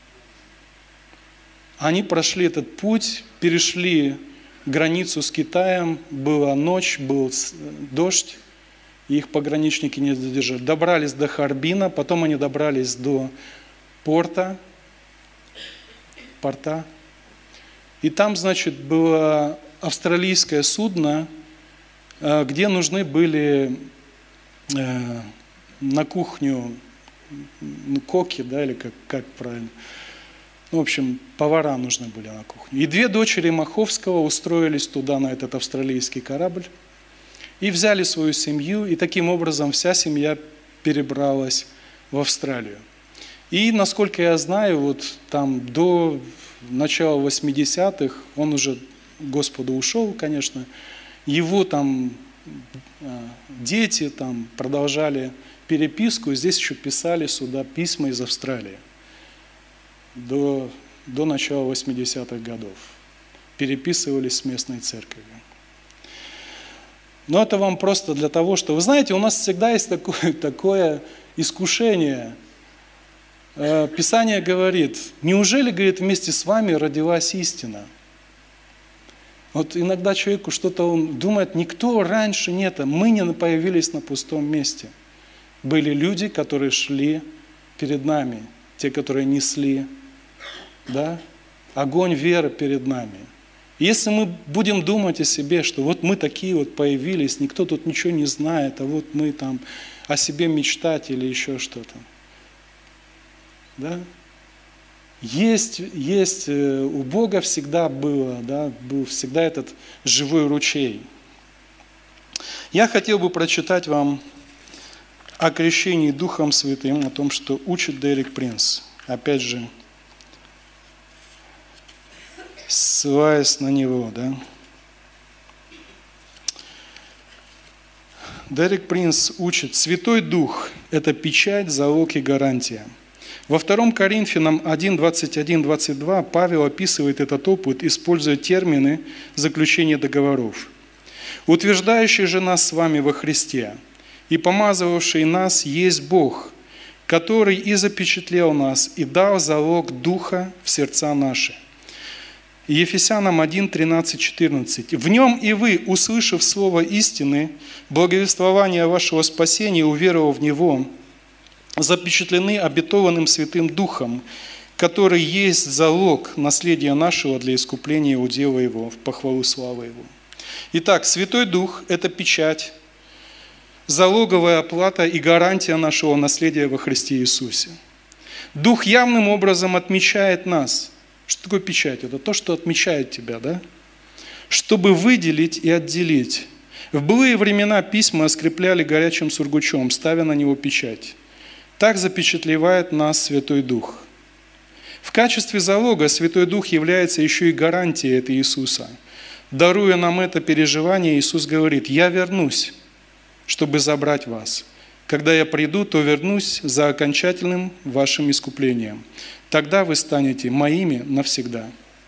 Они прошли этот путь, перешли границу с Китаем, была ночь, был дождь, и их пограничники не задержали. Добрались до Харбина, потом они добрались до порта, порта. И там, значит, было австралийское судно, где нужны были э, на кухню ну, коки, да, или как, как правильно. Ну, в общем, повара нужны были на кухню. И две дочери Маховского устроились туда, на этот австралийский корабль. и взяли свою семью, и таким образом вся семья перебралась в Австралию. И, насколько я знаю, вот там до начала восьмидесятых, он уже к Господу ушел, конечно, его там дети там продолжали переписку, и здесь еще писали сюда письма из Австралии до, до начала восьмидесятых годов. Переписывались с местной церковью. Но это вам просто для того, что... Вы знаете, у нас всегда есть такое, такое искушение. Писание говорит, неужели, говорит, вместе с вами родилась истина? Вот иногда человеку что-то, он думает, никто раньше нет, мы не появились на пустом месте. Были люди, которые шли перед нами, те, которые несли, да, огонь веры перед нами. Если мы будем думать о себе, что вот мы такие вот появились, никто тут ничего не знает, а вот мы там о себе мечтать или еще что-то. Да? Есть, есть, у Бога всегда было, да, был всегда этот живой ручей. Я хотел бы прочитать вам о крещении Духом Святым, о том, что учит Дерек Принс. Опять же, ссылаясь на него, да. Дерек Принс учит, Святой Дух – это печать, залог и гарантия. Во втором Коринфянам один, двадцать один, двадцать два Павел описывает этот опыт, используя термины заключения договоров. «Утверждающий же нас с вами во Христе и помазывавший нас есть Бог, который и запечатлел нас, и дал залог Духа в сердца наши». Ефесянам один, тринадцать, четырнадцать. «В нем и вы, услышав слово истины, благовествование вашего спасения, уверовав в него, запечатлены обетованным Святым Духом, который есть залог наследия нашего для искупления удела его, в похвалу славы его». Итак, Святой Дух – это печать, залоговая оплата и гарантия нашего наследия во Христе Иисусе. Дух явным образом отмечает нас. Что такое печать? Это то, что отмечает тебя, да? Чтобы выделить и отделить. В былые времена письма скрепляли горячим сургучом, ставя на него печать. Так запечатлевает нас Святой Дух. В качестве залога Святой Дух является еще и гарантией от Иисуса. Даруя нам это переживание, Иисус говорит: «Я вернусь, чтобы забрать вас. Когда я приду, то вернусь за окончательным вашим искуплением. Тогда вы станете моими навсегда».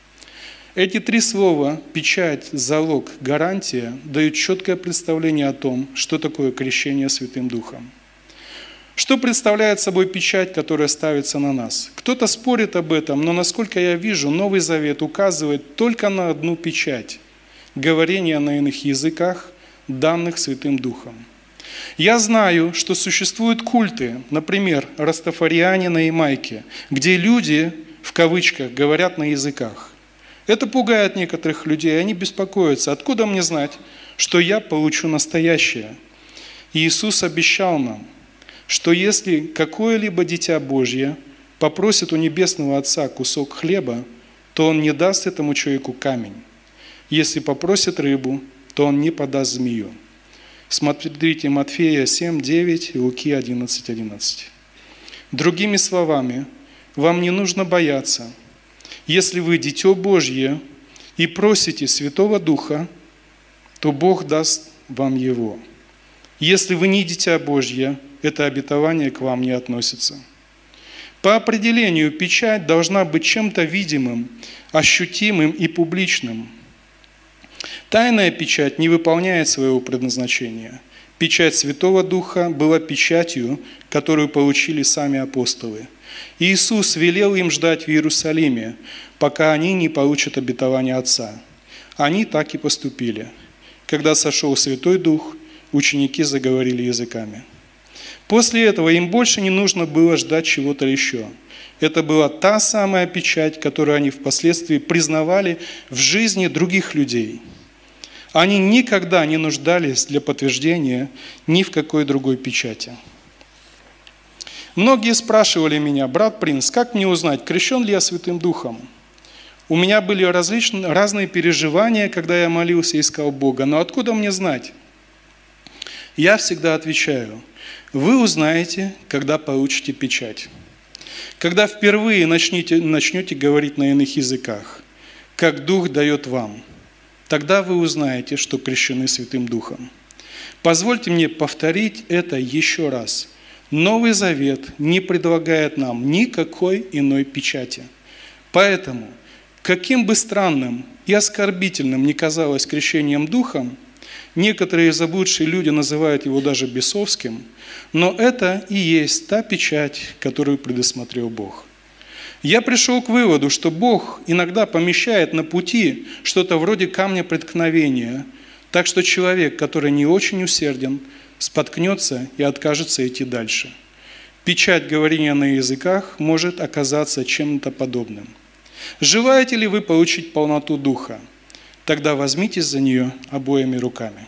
Эти три слова – печать, залог, гарантия – дают четкое представление о том, что такое крещение Святым Духом. Что представляет собой печать, которая ставится на нас? Кто-то спорит об этом, но, насколько я вижу, Новый Завет указывает только на одну печать – говорение на иных языках, данных Святым Духом. Я знаю, что существуют культы, например, растафариане на Ямайке, где люди, в кавычках, говорят на языках. Это пугает некоторых людей, они беспокоятся. Откуда мне знать, что я получу настоящее? Иисус обещал нам, что если какое-либо дитя Божье попросит у Небесного Отца кусок хлеба, то Он не даст этому человеку камень. Если попросит рыбу, то Он не подаст змею. Смотрите Матфея семь, девять и Луки одиннадцать, одиннадцать. Другими словами, вам не нужно бояться. Если вы дитё Божье и просите Святого Духа, то Бог даст вам Его. Если вы не дитя Божье, это обетование к вам не относится. По определению, печать должна быть чем-то видимым, ощутимым и публичным. Тайная печать не выполняет своего предназначения. Печать Святого Духа была печатью, которую получили сами апостолы. Иисус велел им ждать в Иерусалиме, пока они не получат обетование Отца. Они так и поступили. Когда сошел Святой Дух, ученики заговорили языками. После этого им больше не нужно было ждать чего-то еще. Это была та самая печать, которую они впоследствии признавали в жизни других людей. Они никогда не нуждались для подтверждения ни в какой другой печати. Многие спрашивали меня: брат Принс, как мне узнать, крещен ли я Святым Духом? У меня были различные, разные переживания, когда я молился и искал Бога, но откуда мне знать? Я всегда отвечаю: вы узнаете, когда получите печать. Когда впервые начнете, начнете говорить на иных языках, как Дух дает вам, тогда вы узнаете, что крещены Святым Духом. Позвольте мне повторить это еще раз. Новый Завет не предлагает нам никакой иной печати. Поэтому, каким бы странным и оскорбительным ни казалось крещением Духом, некоторые заблудшие люди называют его даже бесовским, но это и есть та печать, которую предусмотрел Бог. Я пришел к выводу, что Бог иногда помещает на пути что-то вроде камня преткновения, так что человек, который не очень усерден, споткнется и откажется идти дальше. Печать говорения на языках может оказаться чем-то подобным. Желаете ли вы получить полноту Духа? Тогда возьмитесь за нее обоими руками.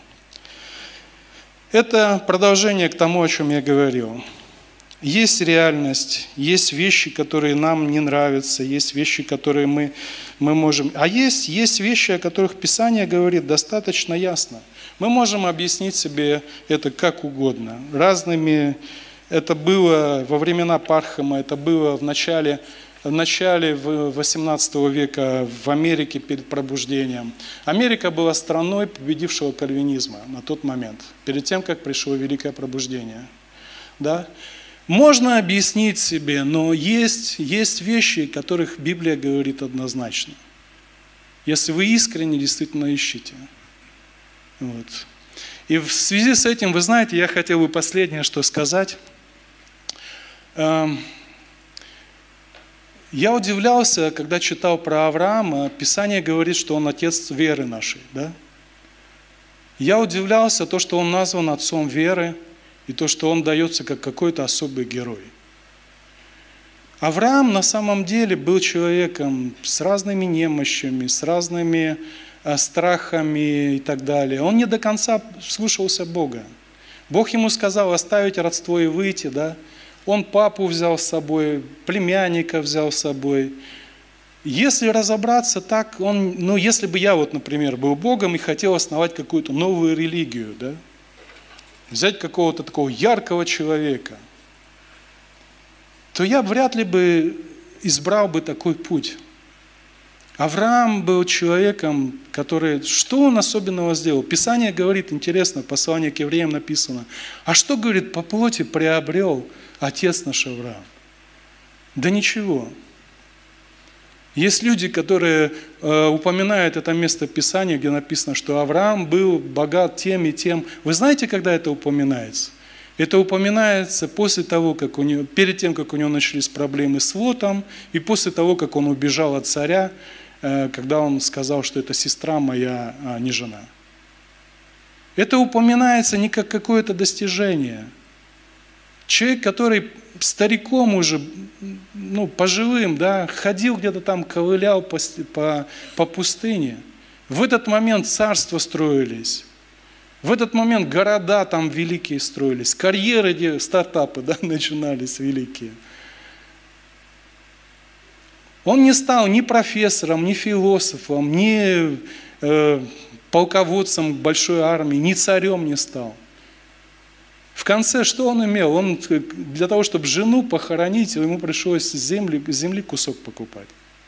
Это продолжение к тому, о чем я говорил. Есть реальность, есть вещи, которые нам не нравятся, есть вещи, которые мы, мы можем... А есть, есть вещи, о которых Писание говорит достаточно ясно. Мы можем объяснить себе это как угодно. Разными... Это было во времена Пархама, это было в начале... В начале восемнадцатого века в Америке перед пробуждением. Америка была страной победившего кальвинизма на тот момент, перед тем, как пришло Великое пробуждение. Да? Можно объяснить себе, но есть, есть вещи, которых Библия говорит однозначно. Если вы искренне действительно ищете. Вот. И в связи с этим, вы знаете, я хотел бы последнее что сказать. Я удивлялся, когда читал про Авраама, Писание говорит, что он отец веры нашей. Да? Я удивлялся то, что он назван отцом веры, и то, что он дается как какой-то особый герой. Авраам на самом деле был человеком с разными немощами, с разными страхами и так далее. Он не до конца слушался Бога. Бог ему сказал оставить родство и выйти, да? Он папу взял с собой, племянника взял с собой. Если разобраться так, он, ну если бы я вот, например, был Богом и хотел основать какую-то новую религию, да, взять какого-то такого яркого человека, то я вряд ли бы избрал бы такой путь. Авраам был человеком, который... Что он особенного сделал? Писание говорит, интересно, послание к евреям написано. А что, говорит, по плоти приобрел отец наш Авраам? Да ничего. Есть люди, которые э, упоминают это место Писания, где написано, что Авраам был богат тем и тем. Вы знаете, когда это упоминается? Это упоминается после того, как у него, перед тем, как у него начались проблемы с Лотом, и после того, как он убежал от царя, э, когда он сказал, что это сестра моя, а не жена. Это упоминается не как какое-то достижение. Человек, который стариком уже, ну, пожилым, да, ходил где-то там, ковылял по, по, по пустыне. В этот момент царства строились. В этот момент города там великие строились. Карьеры, где стартапы, да, начинались великие. Он не стал ни профессором, ни философом, ни э, полководцем большой армии, ни царем не стал. В конце что он имел? Он для того, чтобы жену похоронить, ему пришлось с земли, с земли кусок покупать.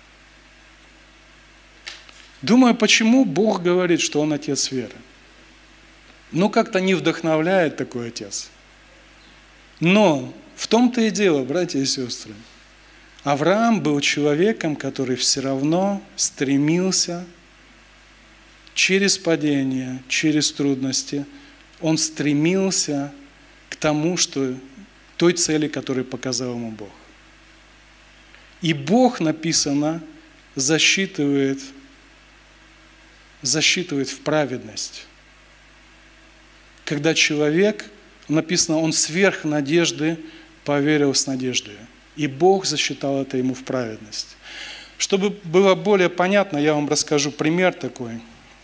Думаю, почему Бог говорит, что он отец веры? Ну, как-то не вдохновляет такой отец. Но в том-то и дело, братья и сестры, Авраам был человеком, который все равно стремился через падение, через трудности, он стремился к тому, что той цели, которую показал ему Бог. И Бог, написано, засчитывает, засчитывает в праведность. Когда человек, написано, он сверх надежды поверил с надеждой. И Бог засчитал это ему в праведность. Чтобы было более понятно, я вам расскажу пример такой.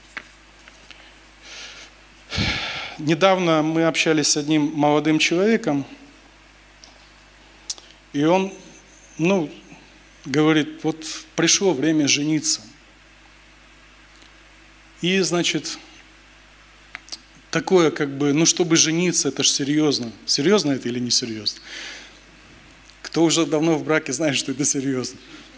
Недавно мы общались с одним молодым человеком, и он, ну, говорит, вот пришло время жениться. И, значит, такое как бы, ну чтобы жениться, это же серьезно. Серьезно это или не серьезно? Кто уже давно в браке, знает, что это серьезно.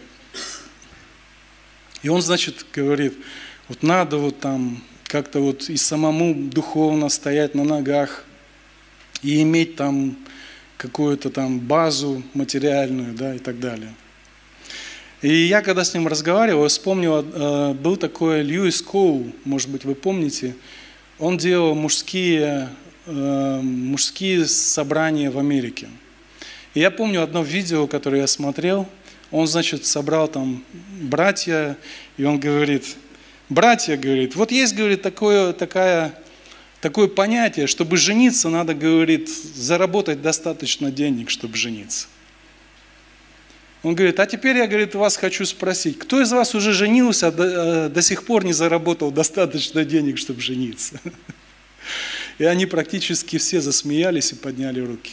И он, значит, говорит, вот надо вот там как-то вот и самому духовно стоять на ногах, и иметь там какую-то там базу материальную, да, и так далее. И я, когда с ним разговаривал, вспомнил, был такой Льюис Коул, может быть, вы помните, он делал мужские, мужские собрания в Америке. И я помню одно видео, которое я смотрел, он, значит, собрал там братья, и он говорит, братья, говорит, вот есть, говорит, такое, такая, такое понятие, чтобы жениться, надо, говорит, заработать достаточно денег, чтобы жениться. Он говорит, а теперь я, говорит, вас хочу спросить, кто из вас уже женился, а до, до сих пор не заработал достаточно денег, чтобы жениться? И они практически все засмеялись и подняли руки.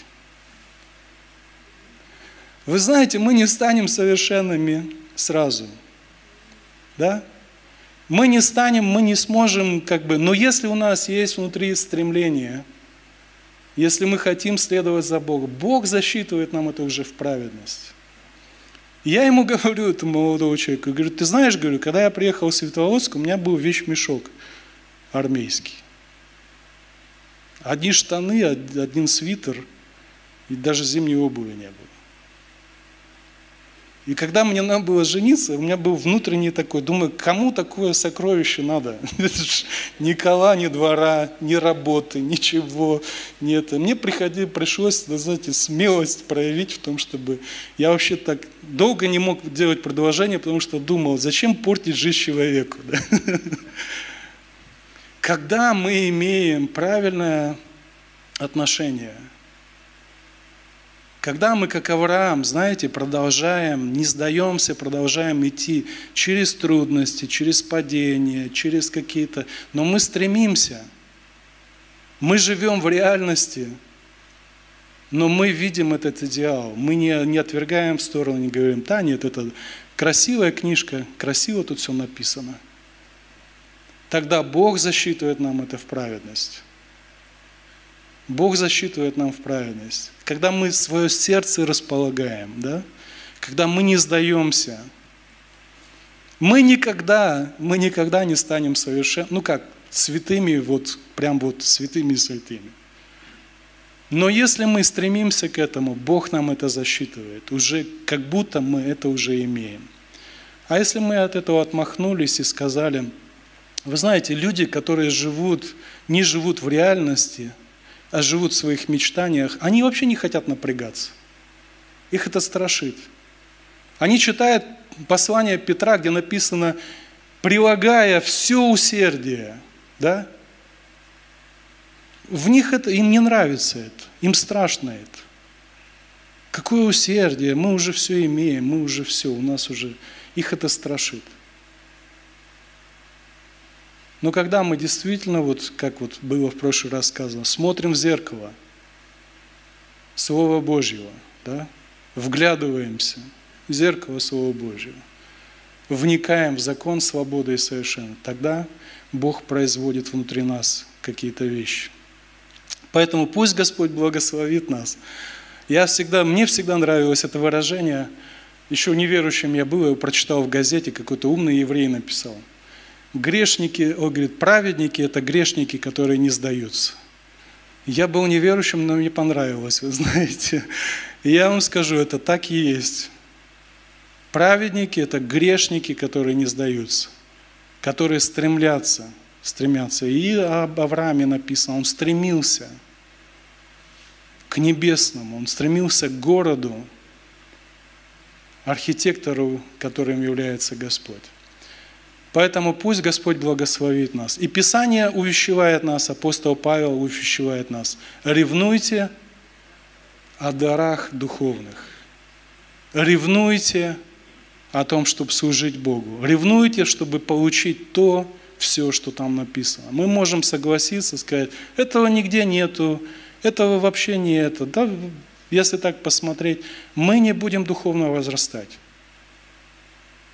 Вы знаете, мы не станем совершенными сразу. Да? Мы не станем, мы не сможем, как бы, но если у нас есть внутри стремление, если мы хотим следовать за Богом, Бог засчитывает нам это уже в праведность. Я ему говорю, этому молодому человеку, говорю, ты знаешь, говорю, когда я приехал в Светловодск, у меня был вещмешок армейский. Одни штаны, один свитер, и даже зимней обуви не было. И когда мне надо было жениться, у меня был внутренний такой, думаю, кому такое сокровище надо? Ни кола, ни двора, ни работы, ничего. Нет. Мне приходи, пришлось, знаете, смелость проявить в том, чтобы... Я вообще так долго не мог делать предложение, потому что думал, зачем портить жизнь человеку? Да? Когда мы имеем правильное отношение, когда мы, как Авраам, знаете, продолжаем, не сдаемся, продолжаем идти через трудности, через падения, через какие-то... Но мы стремимся, мы живем в реальности, но мы видим этот идеал. Мы не, не отвергаем в сторону, не говорим, да, нет, это красивая книжка, красиво тут все написано. Тогда Бог засчитывает нам это в праведность. Бог засчитывает нам в праведность. Когда мы свое сердце располагаем, да? Когда мы не сдаемся, мы никогда, мы никогда не станем совершенно, ну как, святыми, вот прям вот святыми святыми. Но если мы стремимся к этому, Бог нам это засчитывает, уже как будто мы это уже имеем. А если мы от этого отмахнулись и сказали, вы знаете, люди, которые живут, не живут в реальности, а живут в своих мечтаниях, они вообще не хотят напрягаться. Их это страшит. Они читают послание Петра, где написано, прилагая все усердие, да? В них это, им не нравится это, им страшно это. Какое усердие, мы уже все имеем, мы уже все, у нас уже, их это страшит. Но когда мы действительно, вот как вот было в прошлый раз сказано, смотрим в зеркало Слова Божьего, да, вглядываемся в зеркало Слова Божьего, вникаем в закон свободы и совершенства, тогда Бог производит внутри нас какие-то вещи. Поэтому пусть Господь благословит нас. Я всегда, мне всегда нравилось это выражение, еще неверующим я был, я его прочитал в газете, какой-то умный еврей написал. Грешники, он говорит, праведники – это грешники, которые не сдаются. Я был неверующим, но мне понравилось, вы знаете. И я вам скажу, это так и есть. Праведники – это грешники, которые не сдаются, которые стремятся, стремятся. И об Аврааме написано, он стремился к небесному, он стремился к городу, архитектору, которым является Господь. Поэтому пусть Господь благословит нас. И Писание увещевает нас, апостол Павел увещевает нас. Ревнуйте о дарах духовных. Ревнуйте о том, чтобы служить Богу. Ревнуйте, чтобы получить то, все, что там написано. Мы можем согласиться, сказать, этого нигде нету, этого вообще не это. Да, если так посмотреть, мы не будем духовно возрастать.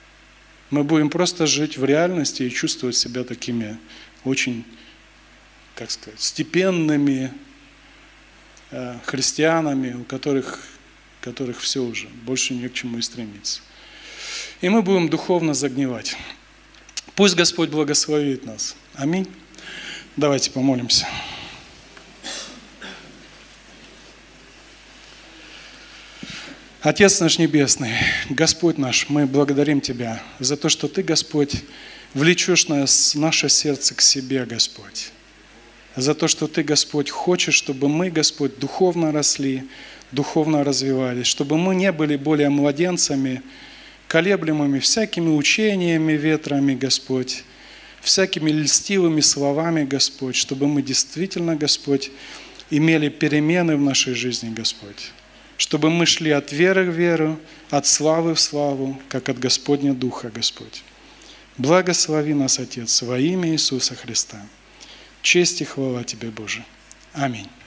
Мы будем просто жить в реальности и чувствовать себя такими очень как сказать, степенными э, христианами, у которых, которых все уже, больше ни к чему и стремиться. И мы будем духовно загнивать. Пусть Господь благословит нас. Аминь. Давайте помолимся. Отец наш Небесный, Господь наш, мы благодарим Тебя за то, что Ты, Господь, влечешь нас, наше сердце к себе, Господь. За то, что Ты, Господь, хочешь, чтобы мы, Господь, духовно росли, духовно развивались, чтобы мы не были более младенцами, колеблемыми всякими учениями, ветрами, Господь, всякими льстивыми словами, Господь, чтобы мы действительно, Господь, имели перемены в нашей жизни, Господь. Чтобы мы шли от веры к веру, от славы в славу, как от Господня Духа, Господь. Благослови нас, Отец, во имя Иисуса Христа. Честь и хвала Тебе, Боже. Аминь.